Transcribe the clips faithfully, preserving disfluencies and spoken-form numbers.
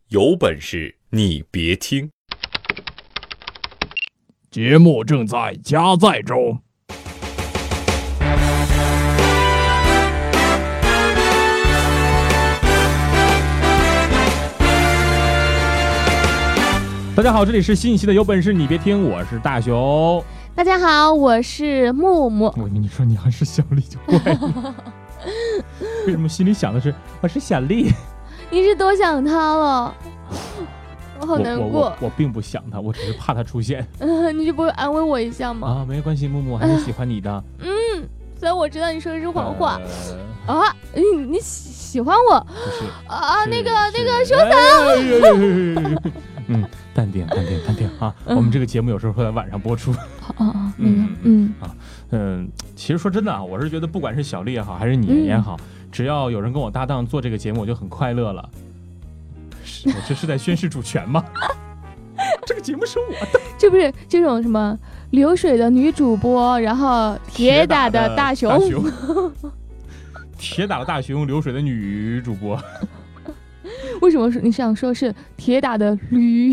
有本事你别听。 节目正在加载中。大家好，这里是新一期的有本事你别听，我是大熊。 大家好，我是木木。 我跟你说，你要是小丽就怪了。为什么心里想的是我是小丽？ 你是多想他了，我好难过。 我, 我, 我, 我并不想他，我只是怕他出现。 嗯，你就不会安慰我一下吗？ 啊，没关系，木木，我还是喜欢你的。 嗯，虽然我知道你说的是谎话。 呃、 啊，你你喜喜欢我？ 不是啊， 是那个那个收藏。嗯，淡定淡定淡定啊！嗯、我们这个节目有时候会在晚上播出。 啊啊，那个嗯啊嗯，其实说真的啊，我是觉得不管是小丽也好，还是你也好，嗯、只要有人跟我搭档做这个节目，我就很快乐了。是我这是在宣示主权吗？这个节目是我的。 这不是这种什么流水的女主播，然后铁打的大熊， 铁打的大熊，流水的女主播。 为什么你想说是铁打的驴？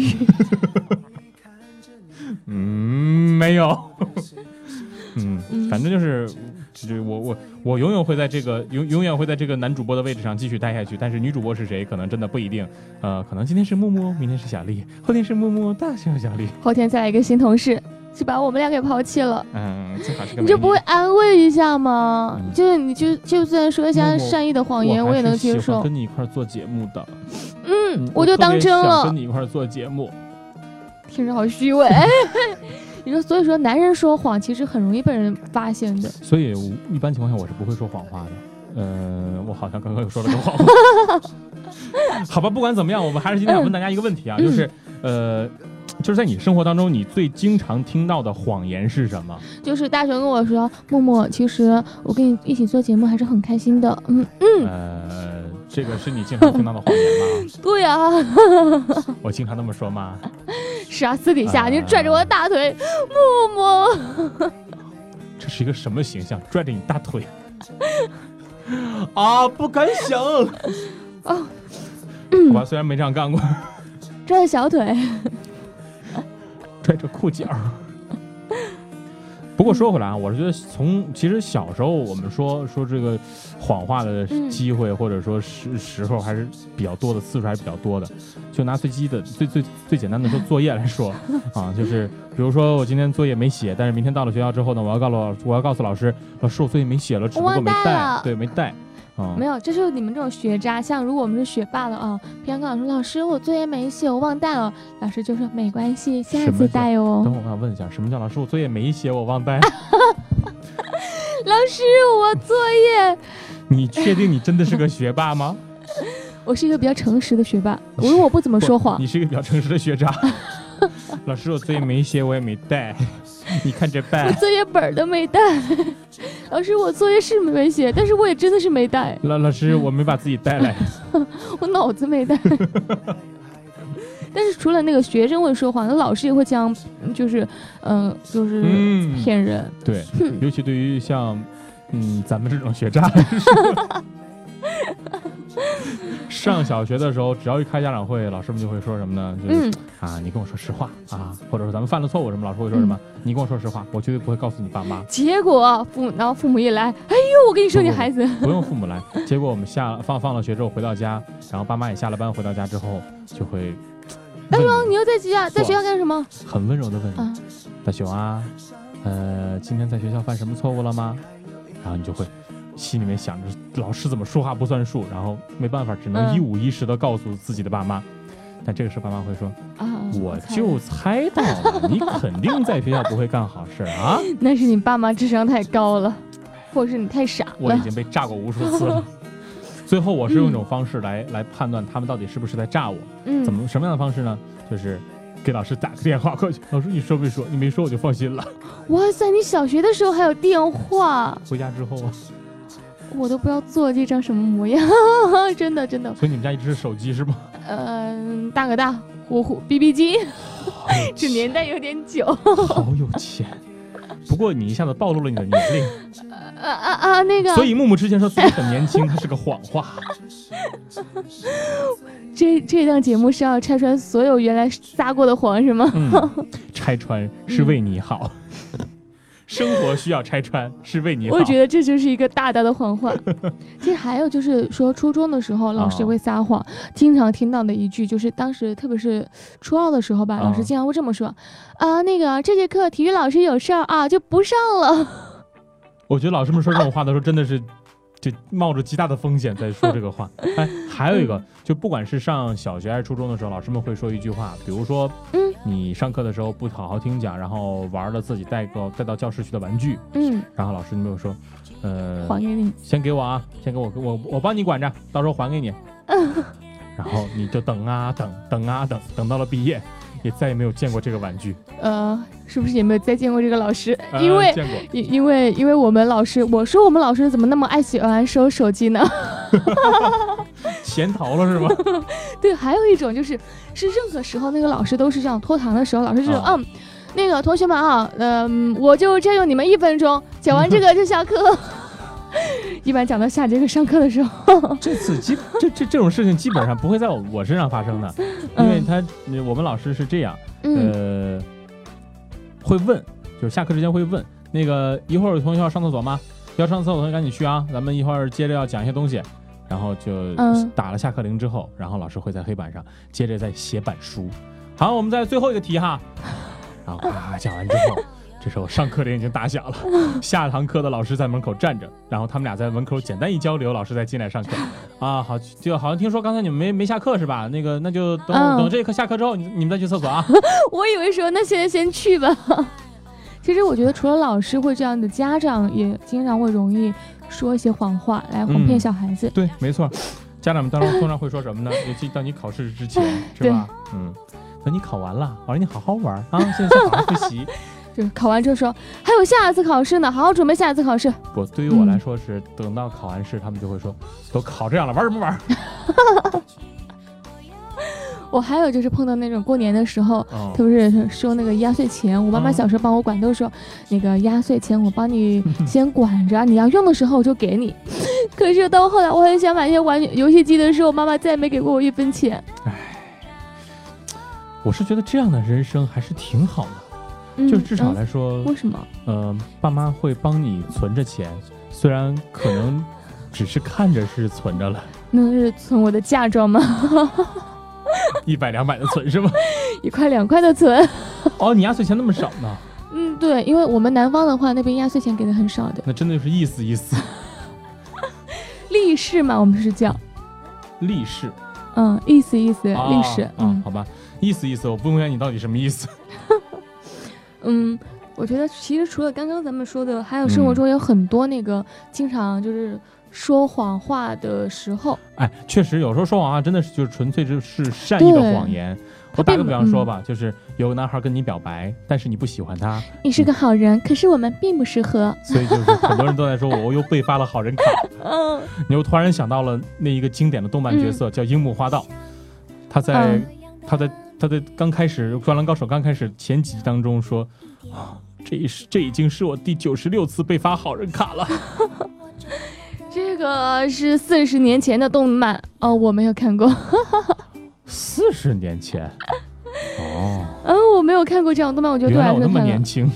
嗯，没有。嗯，反正就是，就是我我我永远会在这个永永远会在这个男主播的位置上继续待下去。但是女主播是谁，可能真的不一定。呃，可能今天是木木，明天是小丽，后天是木木，大熊小丽， 后天再来一个新同事，是把我们俩给抛弃了。 嗯，最好是个你就不会安慰一下吗？嗯、就是你就就算说一下善意的谎言， 我也能接受。 跟你一块做节目的， 嗯，嗯我就当真了。 跟你一块做节目， 听着好虚伪。你说，所以说男人说谎其实很容易被人发现的。 所以一般情况下我是不会说谎话的。嗯、呃，我好像刚刚又说了个谎话。好吧，不管怎么样，我们还是今天想问大家一个问题啊，嗯、就是呃。就是在你生活当中，你最经常听到的谎言是什么？ 就是大雄跟我说，默默，其实我跟你一起做节目还是很开心的。嗯嗯。 呃，这个是你经常听到的谎言吗？ 对呀、啊。 我经常那么说吗？ 是啊，私底下、呃、你拽着我的大腿，默默。 这是一个什么形象？拽着你大腿？啊，不敢想。 哦。 好吧，虽然没这样干过。 拽着小腿。 拽着裤脚。不过说回来啊，我是觉得从其实小时候我们说说这个谎话的机会、嗯、或者说时时候还是比较多的，次数还是比较多的。就拿最基的最最最简单的说作业来说啊，就是比如说我今天作业没写，但是明天到了学校之后呢，我要告诉我要告诉老师，老师我作业没写了，只不过没带，对，没带。 哦、没有，这是你们这种学渣。像如果我们是学霸了啊，平常跟老师，老师我作业没写，我忘带了，老师就说没关系，下次带哦。 等会儿我想问一下，什么叫老师我作业没写，我忘带？ 老师我作业。 你确定你真的是个学霸吗？ 我是一个比较诚实的学霸，因为我不怎么说谎。 你是一个比较诚实的学渣。老师我作业没写，我也没带。你看着办。 我作业本都没带。老师我作业是没写，但是我也真的是没带。 老老师我没把自己带来。 我脑子没带。但是除了那个学生会说谎，那老师也会这样，就是嗯、呃、就是骗人、 嗯、对、嗯、尤其对于像嗯咱们这种学渣来说。上小学的时候，只要一开家长会，老师们就会说什么呢？就是、嗯、啊，你跟我说实话啊，或者说咱们犯了错误什么，老师会说什么？嗯、你跟我说实话，我绝对不会告诉你爸妈。 结果父母，然后父母一来，哎呦，我跟你说，你孩子不, 不用父母来。结果我们下放放了学之后回到家，然后爸妈也下了班回到家之后，就会大雄，你又在家在学校干什么？ 很温柔的问你，啊、大雄啊，呃，今天在学校犯什么错误了吗？然后你就会。心里面想着老师怎么说话不算数，然后没办法只能一五一十的告诉自己的爸妈、嗯、但这个时候爸妈会说、啊、我就猜到了你肯定在学校不会干好事啊。 那是你爸妈智商太高了，或者是你太傻了。 我已经被炸过无数次了。最后我是用一种方式来、嗯、来判断他们到底是不是在炸我、嗯、怎么什么样的方式呢？就是给老师打个电话过去，老师你说没说？你没说我就放心了。 哇塞，你小学的时候还有电话？ 回家之后啊， 我都不知道做这张什么模样。真的真的。 所以你们家一直是手机是吗？ 嗯、呃，大哥大呼呼 B B 机，这年代有点久。 好有钱。不过你一下子暴露了你的年龄。 啊啊啊！那个。 所以木木之前说自己很年轻，他是个谎话。 这这档节目是要拆穿所有原来撒过的谎是吗？ 嗯，拆穿是为你好。生活需要拆穿，是为你好。 我觉得这就是一个大大的谎话。其实还有就是说，初中的时候老师会撒谎，哦、经常听到的一句就是，当时特别是初二的时候吧，哦、老师经常会这么说：“啊，那个这节课体育老师有事儿啊，就不上了。” 我觉得老师们说这种话的时候，真的是就冒着极大的风险在说这个话。哎，还有一个，就不管是上小学还是初中的时候，老师们会说一句话，比如说，嗯。你上课的时候不好好听讲，然后玩了自己带个带到教室去的玩具，嗯，然后老师就没有说，呃， 还给你， 先给我啊，先给我，我我帮你管着，到时候还给你。嗯，然后你就等啊等，等啊等，等到了毕业，也再也没有见过这个玩具。 呃，是不是也没有再见过这个老师？ 呃、 因为见过， 因因为因为我们老师，我说我们老师怎么那么爱喜欢收手机呢？ 闲逃了是吗？ 对，还有一种就是，是任何时候那个老师都是这样，拖堂的时候，老师就说，哦、嗯，那个同学们啊，嗯、呃，我就占用你们一分钟，讲完这个就下课。一般讲到下节课上课的时候， 这次基这这这种事情基本上不会在我我身上发生的，因为他、嗯、我们老师是这样，呃，会问，就是下课之前会问，那个一会儿有同学要上厕所吗？要上厕所的同学赶紧去啊，咱们一会儿接着要讲一些东西。然后就打了下课铃之后，然后老师会在黑板上接着再写板书。好，我们在最后一个题哈，然后咔讲完之后，这时候上课铃已经打响了，下堂课的老师在门口站着，然后他们俩在门口简单一交流，老师再进来上课。啊，好，就好像听说刚才你们没没下课是吧？那个那就等、嗯、等这一课下课之后，你你们再去厕所啊。 我以为说那现在先去吧。其实我觉得除了老师会这样的，家长也经常会容易说一些谎话来哄骗小孩子。 嗯、对，没错，家长们当然通常会说什么呢？尤其当你考试之前，是吧？嗯，等你考完了，我让你好好玩啊，现在好好复习。 就是考完之后说还有下一次考试呢，好好准备下一次考试。 不，对于我来说是、嗯、等到考完试，他们就会说都考这样了，玩什么玩？ 我还有就是碰到那种过年的时候，哦、特别是收那个压岁钱，我妈妈小时候帮我管，都说、嗯、那个压岁钱我帮你先管着，你要用的时候我就给你。可是到后来我很想买一些玩游戏机的时候，妈妈再也没给过我一分钱。 唉，我是觉得这样的人生还是挺好的，嗯、就至少来说、 嗯，为什么？ 呃，爸妈会帮你存着钱，虽然可能只是看着是存着了。 那是存我的嫁妆吗？ 一百两百的存是吗？ 一块两块的存。 哦，你压岁钱那么少呢？ 嗯，对，因为我们南方的话，那边压岁钱给的很少的。 那真的是意思意思。 利是嘛，我们是叫。 利是。 嗯，意思意思， 哦、 利是。 嗯、哦，好吧，意思意思，我不明白你到底什么意思。 嗯，我觉得其实除了刚刚咱们说的，还有生活中有很多那个、嗯、经常就是说谎话的时候。 哎，确实有时候说谎话真的是就是纯粹就是善意的谎言。我打个比方说吧、嗯，就是有个男孩跟你表白，但是你不喜欢他， 你是个好人、嗯、可是我们并不适合， 所以就是很多人都在说我又被发了好人卡。嗯，你又突然想到了那一个经典的动漫角色、嗯、叫樱木花道，他在、嗯、他在他在刚开始《灌篮高手》刚开始前几集当中说啊，这这已经是我第九十六次被发好人卡了。 这个是四十年前的动漫哦，我没有看过。 四十年前，哦， 嗯，我没有看过这样动漫，我觉得对来说原来我那么年轻。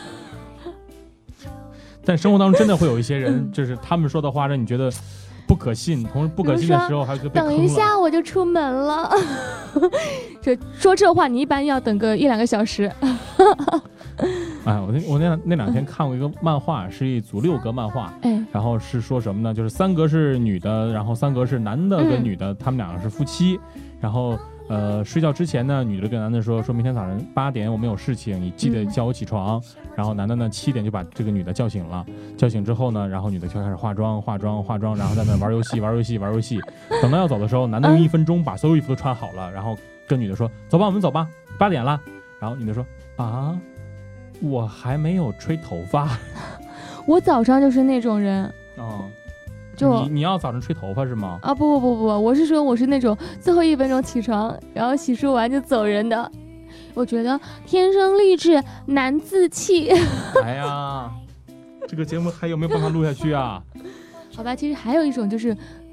但生活当中真的会有一些人，嗯、就是他们说的话让你觉得不可信，同时不可信的时候还就被坑了。 等一下我就出门了。就说这话，你一般要等个一两个小时。 哎，我那我那那两天看过一个漫画，是一组六格漫画，哎，然后是说什么呢？就是三格是女的，然后三格是男的跟女的，嗯、他们两个是夫妻，然后呃睡觉之前呢，女的跟男的说，说明天早上八点我们有事情，你记得叫我起床。嗯、然后男的呢七点就把这个女的叫醒了，叫醒之后呢，然后女的就开始化妆化妆化妆，然后在那玩游戏玩游戏玩游戏，等到要走的时候，男的用一分钟把所有衣服都穿好了，然后跟女的说，走吧，我们走吧，八点了。然后女的说，啊。我还没有吹头发。 我早上就是那种人。 哦， 就你你要早上吹头发是吗？ 啊不不不不，我是说我是那种最后一分钟起床，然后洗漱完就走人的。我觉得天生丽质难自弃。 哎呀，这个节目还有没有办法录下去啊？ 好吧，其实还有一种就是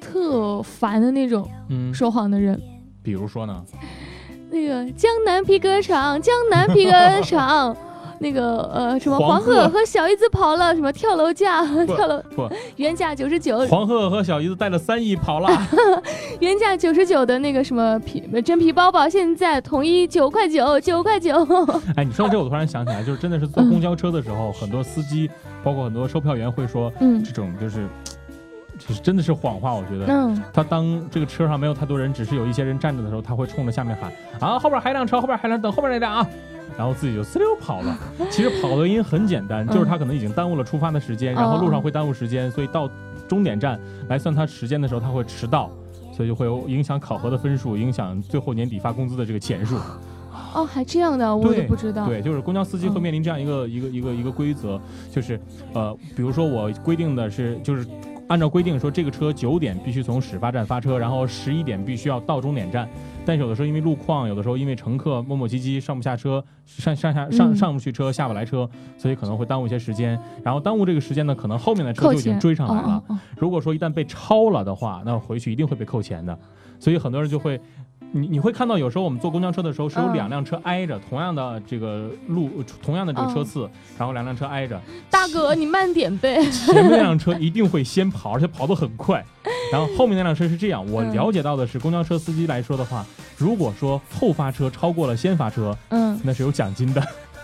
特烦的那种说谎的人。 嗯、比如说呢？ 那个江南皮革厂，江南皮革厂。那个呃什么黄鹤和小姨子跑了什么跳楼价跳楼不原价九十九， 黄鹤和小姨子带了三亿跑了， 原价九十九的那个什么皮真皮包包现在统一九块九九块九。 哎，你说到这我突然想起来，就是真的是坐公交车的时候，嗯、很多司机包括很多售票员会说，嗯，这种就是就是真的是谎话。我觉得，嗯，他当这个车上没有太多人，只是有一些人站着的时候，他会冲着下面喊啊，后边还有辆车，后边还有辆等后边那辆啊。然后自己就呲溜跑了。其实跑的原因很简单，就是他可能已经耽误了出发的时间，然后路上会耽误时间，所以到终点站来算他时间的时候，他会迟到，所以就会有影响考核的分数，影响最后年底发工资的这个钱数。 哦，还这样的，我都不知道。 对，就是公交司机会面临这样一个、嗯、一个一个一个规则，就是呃，比如说我规定的是，就是按照规定说，这个车九点必须从始发站发车，然后十一点必须要到终点站。但是有的时候因为路况，有的时候因为乘客磨磨唧唧上不下车，上上下上上不去车，下不来车，所以可能会耽误一些时间。然后耽误这个时间呢，可能后面的车就已经追上来了。哦哦哦、如果说一旦被超了的话，那回去一定会被扣钱的。所以很多人就会。你你会看到有时候我们坐公交车的时候是有两辆车挨着、嗯、同样的这个路同样的这个车次、嗯、然后两辆车挨着。 大哥你慢点呗。 前面那辆车一定会先跑，而且跑得很快，然后后面那辆车是这样。我了解到的是公交车司机来说的话，如果说后发车超过了先发车，嗯，那是有奖金的。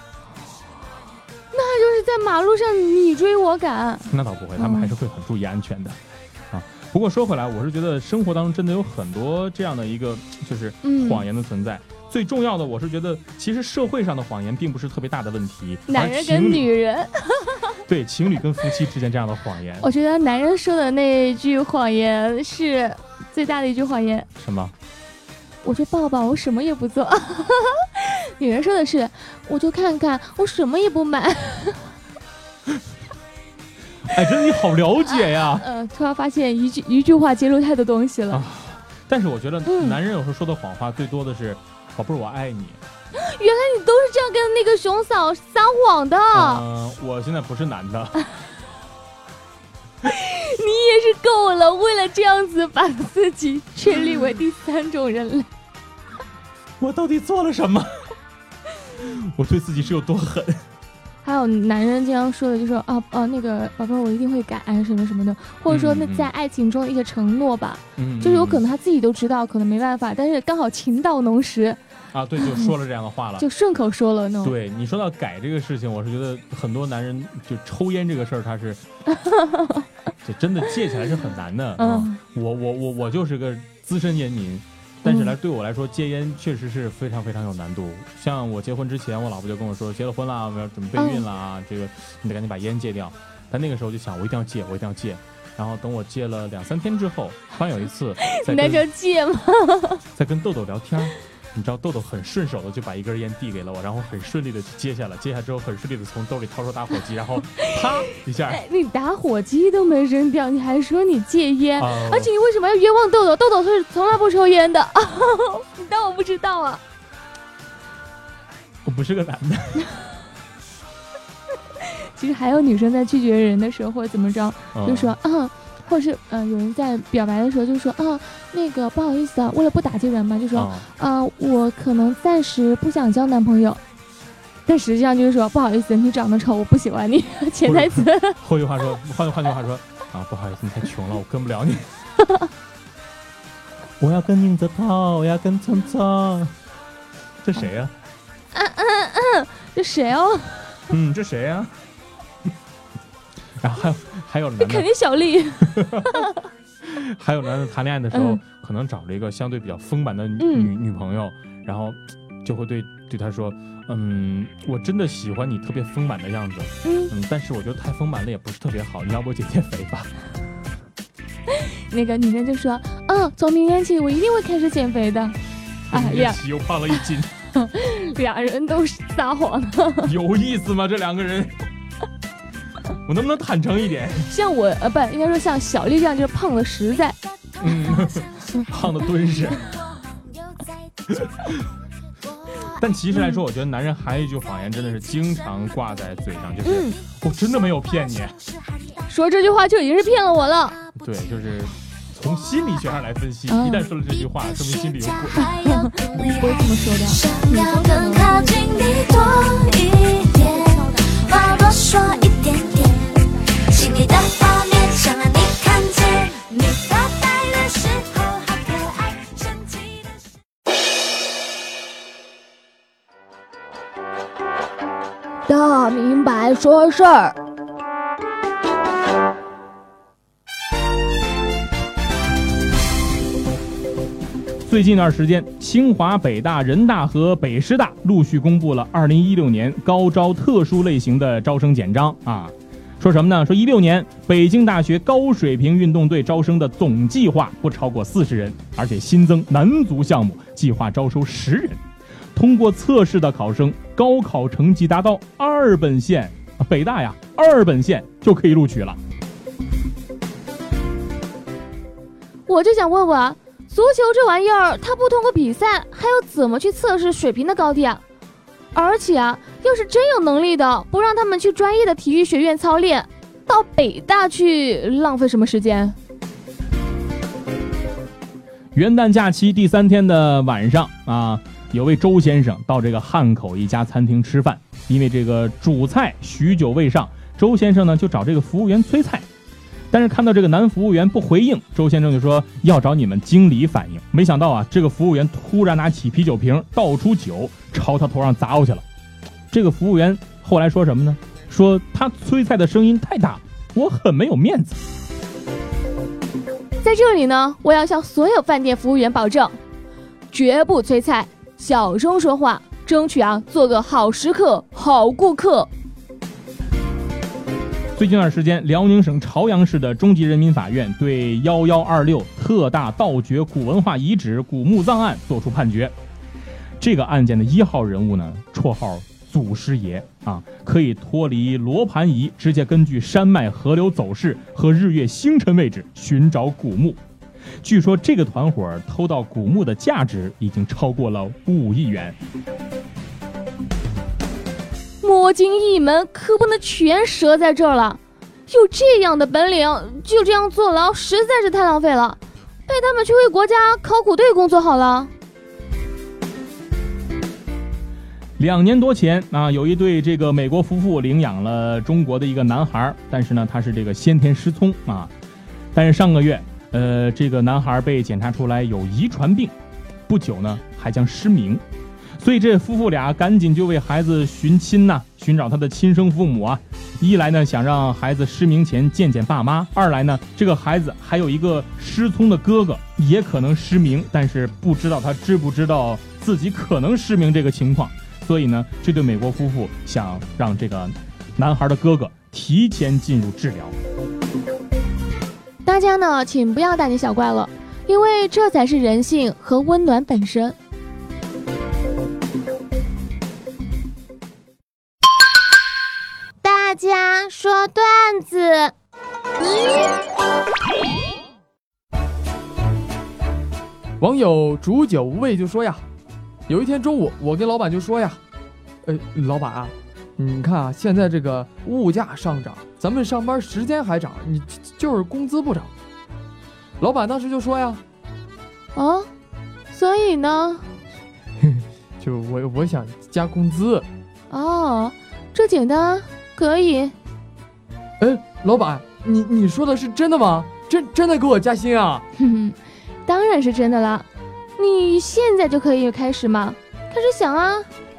那就是在马路上你追我赶。 那倒不会，他们还是会很注意安全的。啊，不过说回来，我是觉得生活当中真的有很多这样的一个就是谎言的存在、嗯、最重要的我是觉得其实社会上的谎言并不是特别大的问题， 男人跟女人对情侣跟夫妻之间这样的谎言， 我觉得男人说的那句谎言是最大的一句谎言。 什么？ 我就抱抱，我什么也不做。女人说的是我就看看，我什么也不买。 哎，真的你好了解呀！ 呃，呃突然发现一句一句话揭露太多东西了、啊。 但是我觉得男人有时候说的谎话最多的是“宝贝儿，我爱你”。 原来你都是这样跟那个熊嫂撒谎的。 嗯、呃，我现在不是男的。 你也是够了，为了这样子把自己确立为第三种人类。 我到底做了什么？我对自己是有多狠？ 还有男人经常说的就说啊啊那个宝贝我一定会改什么什么的，或者说那在爱情中的一些承诺吧，嗯，就是有可能他自己都知道可能没办法，但是刚好情到浓时啊，对，就说了这样的话了， 就顺口说了那种。 对，你说到改这个事情，我是觉得很多男人就抽烟这个事儿，他是这真的戒起来是很难的。嗯，我我我我就是个资深烟民。但是来对我来说，戒烟确实是非常非常有难度。像我结婚之前，我老婆就跟我说，结了婚了，我要准备备孕了啊，这个你得赶紧把烟戒掉。但那个时候就想，我一定要戒，我一定要戒。然后等我戒了两三天之后，突然有一次， 你那叫戒吗？ 在跟豆豆聊天，你知道豆豆很顺手的就把一根烟递给了我，然后很顺利的接下了，接下之后很顺利的从兜里掏出打火机，然后啪一下， 你打火机都没扔掉，你还说你戒烟、呃、而且你为什么要冤枉豆豆？豆豆是从来不抽烟的。你当我不知道啊？ 我不是个男的。 其实还有女生在拒绝人的时候或者怎么着、嗯、就说啊，或者是呃有人在表白的时候就说啊，那个不好意思啊，为了不打击人嘛，就说啊、嗯呃、我可能暂时不想交男朋友，但实际上就是说不好意思，你长得丑，我不喜欢你。潜台词。 换句话说，换换句话说啊，不好意思，你太穷了，我跟不了你。我要跟宁泽涛，我要跟聪聪。这谁呀、 啊？嗯嗯嗯，这谁哦？ 嗯，这谁呀、啊？然后还有还有男的， 肯定小丽。 还有男的谈恋爱的时候、嗯，可能找了一个相对比较丰满的女、嗯、女朋友，然后就会对对他说，嗯，我真的喜欢你特别丰满的样子，嗯, 嗯，但是我觉得太丰满了也不是特别好，你要不减减肥吧？ 那个女生就说，嗯，从明天起我一定会开始减肥的。 哎呀，又胖了一斤。 俩人都是撒谎的。 有意思吗？这两个人？我能不能坦诚一点？ 像我呃不应该说像小丽这样就是胖的实在， 嗯，胖的敦实。但其实来说、嗯、我觉得男人还有一句谎言真的是经常挂在嘴上，就是、嗯、我真的没有骗你， 说这句话就已经是骗了我了。 对，就是从心理学上来分析， 嗯、 一旦说了这句话，说明心里有鬼。 不会这么说的。 想要更靠近你多一点，话多说一点点，心里的画面想让你看见，你发呆的时候好可爱，神奇的。 大明白说事儿。 最近一段时间，清华、北大、人大和北师大陆续公布了二零一六年高招特殊类型的招生简章啊。说什么呢？说一六年北京大学高水平运动队招生的总计划不超过四十人，而且新增男足项目，计划招收十人。通过测试的考生高考成绩达到二本线，北大呀二本线就可以录取了。 我就想问问啊，足球这玩意儿，它不通过比赛，还要怎么去测试水平的高低啊？而且啊，要是真有能力的，不让他们去专业的体育学院操练，到北大去浪费什么时间？ 元旦假期第三天的晚上啊，有位周先生到这个汉口一家餐厅吃饭，因为这个主菜许久未上，周先生呢就找这个服务员催菜。但是看到这个男服务员不回应，周先生就说要找你们经理反映。没想到啊，这个服务员突然拿起啤酒瓶倒出酒朝他头上砸过去了。这个服务员后来说什么呢？说他催菜的声音太大，我很没有面子。 在这里呢，我要向所有饭店服务员保证，绝不催菜，小声说话，争取啊做个好食客、好顾客。 最近一段时间，辽宁省朝阳市的中级人民法院对一一二六特大盗掘古文化遗址古墓葬案作出判决。这个案件的一号人物呢，绰号祖师爷啊，可以脱离罗盘仪，直接根据山脉河流走势和日月星辰位置寻找古墓。据说这个团伙偷到古墓的价值已经超过了五亿元。 摸金一门可不能全折在这儿了，有这样的本领就这样坐牢，实在是太浪费了，带他们去为国家考古队工作好了。 两年多前啊，有一对这个美国夫妇领养了中国的一个男孩，但是呢他是这个先天失聪啊，但是上个月呃这个男孩被检查出来有遗传病，不久呢还将失明。所以这夫妇俩赶紧就为孩子寻亲呐、啊，寻找他的亲生父母啊。一来呢想让孩子失明前见见爸妈，二来呢这个孩子还有一个失聪的哥哥，也可能失明，但是不知道他知不知道自己可能失明这个情况。所以呢这对美国夫妇想让这个男孩的哥哥提前进入治疗。 大家呢请不要大惊小怪了，因为这才是人性和温暖本身。 大家说段子。 网友煮酒无味就说呀，有一天中午我跟老板就说呀，呃，老板啊，你看啊，现在这个物价上涨，咱们上班时间还涨，你就是工资不涨。老板当时就说呀， 哦，所以呢， 就我我想加工资。 哦，这简单。可以。 哎，老板，你你说的是真的吗？真真的给我加薪啊？ 哼哼，当然是真的啦。你现在就可以开始吗？开始想啊。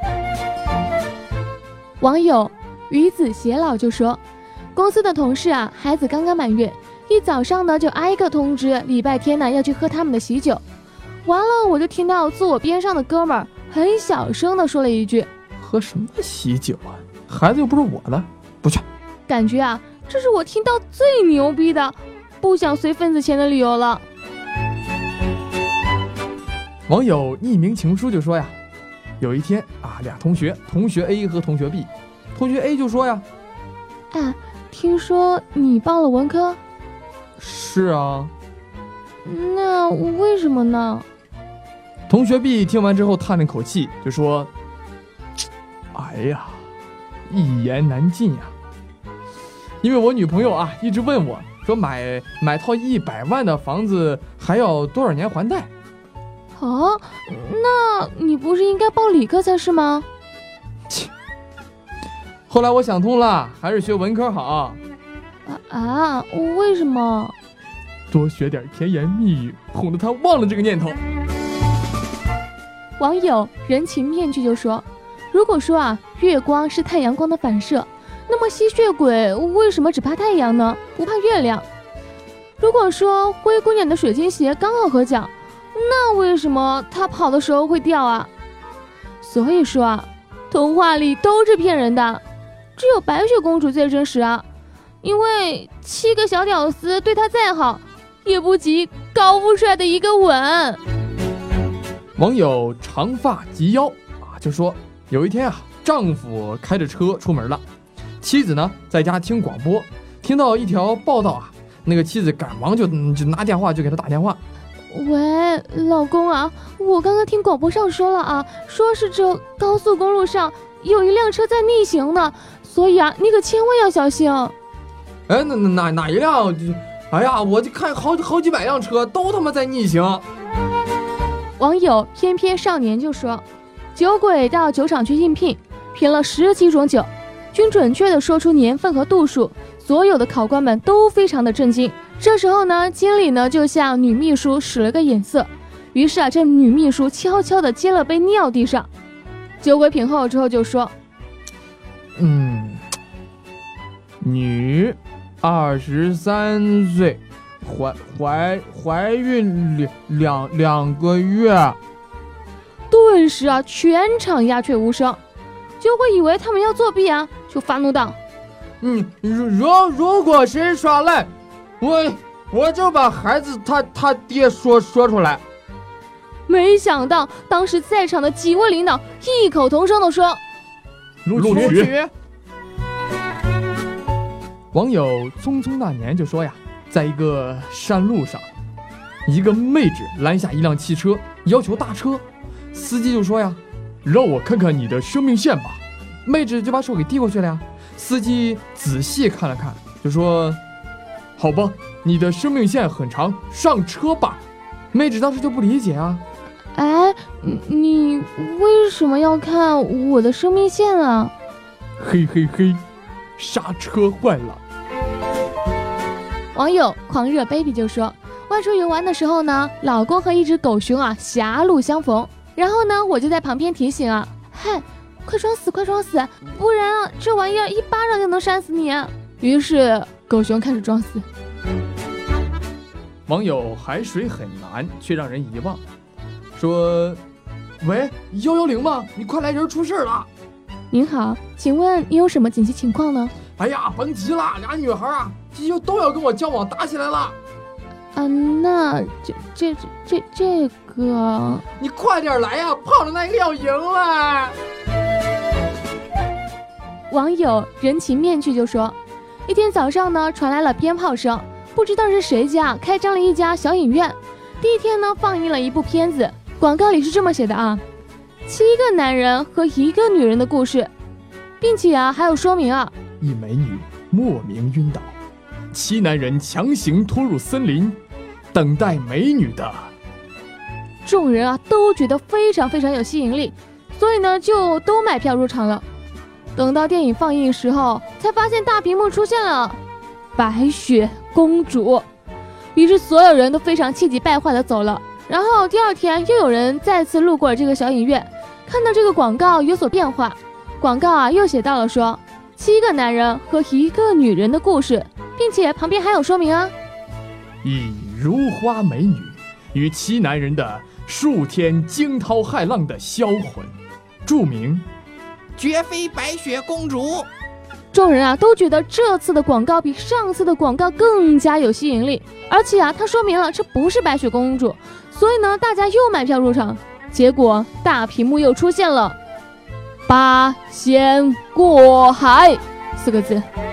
网友鱼子偕老就说，公司的同事啊，孩子刚刚满月，一早上呢就挨个通知礼拜天呢要去喝他们的喜酒。完了，我就听到坐我边上的哥们儿很小声的说了一句：“ 喝什么喜酒啊？孩子又不是我的，不去。” 感觉啊，这是我听到最牛逼的不想随份子钱的理由了。 网友匿名情书就说呀，有一天啊，俩同学，同学 A 和同学 B， 同学 A 就说呀， 啊，听说你报了文科？ 是啊。 那为什么呢？ 同学 B 听完之后叹了口气，就说，哎呀，一言难尽呀。因为我女朋友啊一直问我说买买套一百万的房子还要多少年还贷。 哦，那你不是应该报理科才是吗？ 切！后来我想通了，还是学文科好。 啊啊！为什么？ 多学点甜言蜜语，哄得他忘了这个念头。 网友人情面具就说，如果说啊，月光是太阳光的反射，那么吸血鬼为什么只怕太阳呢？不怕月亮？如果说灰姑娘的水晶鞋刚好合脚，那为什么她跑的时候会掉啊？所以说啊，童话里都是骗人的，只有白雪公主最真实啊，因为七个小屌丝对她再好，也不及高富帅的一个吻。 网友长发及腰啊，就说有一天啊，丈夫开着车出门了，妻子呢在家听广播，听到一条报道啊，那个妻子赶忙就就拿电话就给他打电话。 喂，老公啊，我刚刚听广播上说了啊，说是这高速公路上有一辆车在逆行呢，所以啊，你可千万要小心。 哎，哪哪哪一辆？哎呀，我就看好好几百辆车都他妈在逆行。 网友翩翩少年就说，酒鬼到酒厂去应聘，品了十几种酒，均准确的说出年份和度数，所有的考官们都非常的震惊。这时候呢，经理呢就向女秘书使了个眼色，于是啊，这女秘书悄悄的接了杯尿地上。酒鬼品后之后就说， 嗯，女，二十三岁，怀怀怀孕两两两个月。 顿时啊，全场鸦雀无声。酒鬼以为他们要作弊啊，就发怒道： 嗯，如如如果谁耍赖，我我就把孩子他他爹说说出来。 没想到当时在场的几位领导异口同声地说： 录取。网友匆匆那年就说呀，在一个山路上，一个妹纸拦下一辆汽车，要求搭车。司机就说呀，让我看看你的生命线吧。妹纸就把手给递过去了呀。司机仔细看了看，就说，好吧，你的生命线很长，上车吧。妹纸当时就不理解啊， 哎，你为什么要看我的生命线啊？ 嘿嘿嘿，刹车坏了。 网友狂热 baby 就说，外出游玩的时候呢，老公和一只狗熊啊狭路相逢，然后呢我就在旁边提醒啊，嗨，快装死快装死，不然啊这玩意儿一巴掌就能扇死你啊。于是狗熊开始装死。 网友海水很蓝却让人遗忘说，喂，一一零吗？你快来人，出事了。 您好，请问你有什么紧急情况呢？ 哎呀，甭急了，俩女孩啊就都要跟我交往，打起来了。 啊，那这这这这个， 你快点来呀，胖的那个要赢了。 网友人情面具就说，一天早上呢传来了鞭炮声，不知道是谁家开张了一家小影院。第一天呢放映了一部片子，广告里是这么写的啊，七个男人和一个女人的故事，并且啊还有说明啊， 一美女莫名晕倒，七男人强行拖入森林，等待美女的。 众人啊都觉得非常非常有吸引力，所以呢就都买票入场了。等到电影放映时候，才发现大屏幕出现了白雪公主，于是所有人都非常气急败坏的走了。然后第二天又有人再次路过了这个小影院，看到这个广告有所变化，广告啊又写到了说七个男人和一个女人的故事，并且旁边还有说明啊， 以如花美女与七男人的数天惊涛骇浪的销魂，注明绝非白雪公主。 众人啊都觉得这次的广告比上次的广告更加有吸引力，而且啊它说明了这不是白雪公主，所以呢大家又买票入场。结果大屏幕又出现了八仙过海四个字。